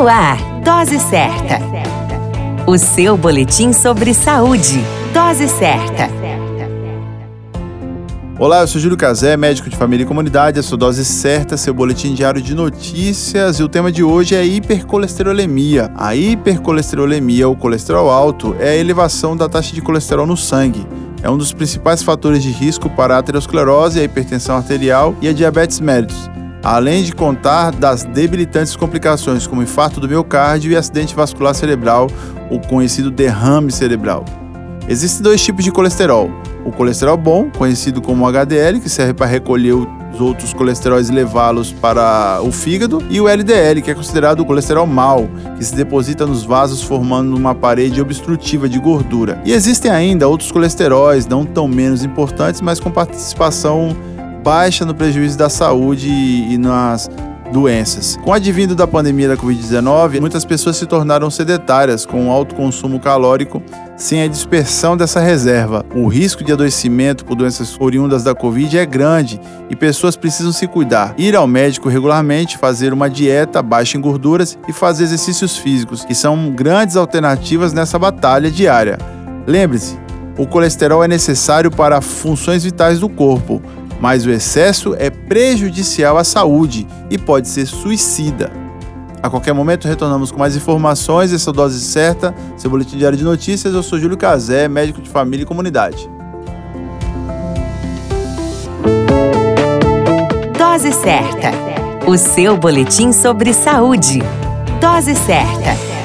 No ar, Dose Certa. O seu boletim sobre saúde. Dose Certa. Olá, eu sou Júlio Cazé, médico de família e comunidade. Essa é a Dose Certa, seu boletim diário de notícias. E o tema de hoje é hipercolesterolemia. A hipercolesterolemia, ou colesterol alto, é a elevação da taxa de colesterol no sangue. É um dos principais fatores de risco para a aterosclerose, a hipertensão arterial e a diabetes mellitus, além de contar das debilitantes complicações como infarto do miocárdio e acidente vascular cerebral, o conhecido derrame cerebral. Existem dois tipos de colesterol: o colesterol bom, conhecido como HDL, que serve para recolher os outros colesteróis e levá-los para o fígado, e o LDL, que é considerado o colesterol mau, que se deposita nos vasos formando uma parede obstrutiva de gordura. E existem ainda outros colesteróis, não tão menos importantes, mas com participação baixa no prejuízo da saúde e nas doenças. Com o advindo da pandemia da Covid-19, muitas pessoas se tornaram sedentárias, com alto consumo calórico, sem a dispersão dessa reserva. O risco de adoecimento por doenças oriundas da Covid é grande e pessoas precisam se cuidar, ir ao médico regularmente, fazer uma dieta baixa em gorduras e fazer exercícios físicos, que são grandes alternativas nessa batalha diária. Lembre-se, o colesterol é necessário para funções vitais do corpo, mas o excesso é prejudicial à saúde e pode ser suicida. A qualquer momento retornamos com mais informações. Essa é a Dose Certa, seu boletim diário de notícias. Eu sou Júlio Cazé, médico de família e comunidade. Dose Certa, o seu boletim sobre saúde. Dose Certa.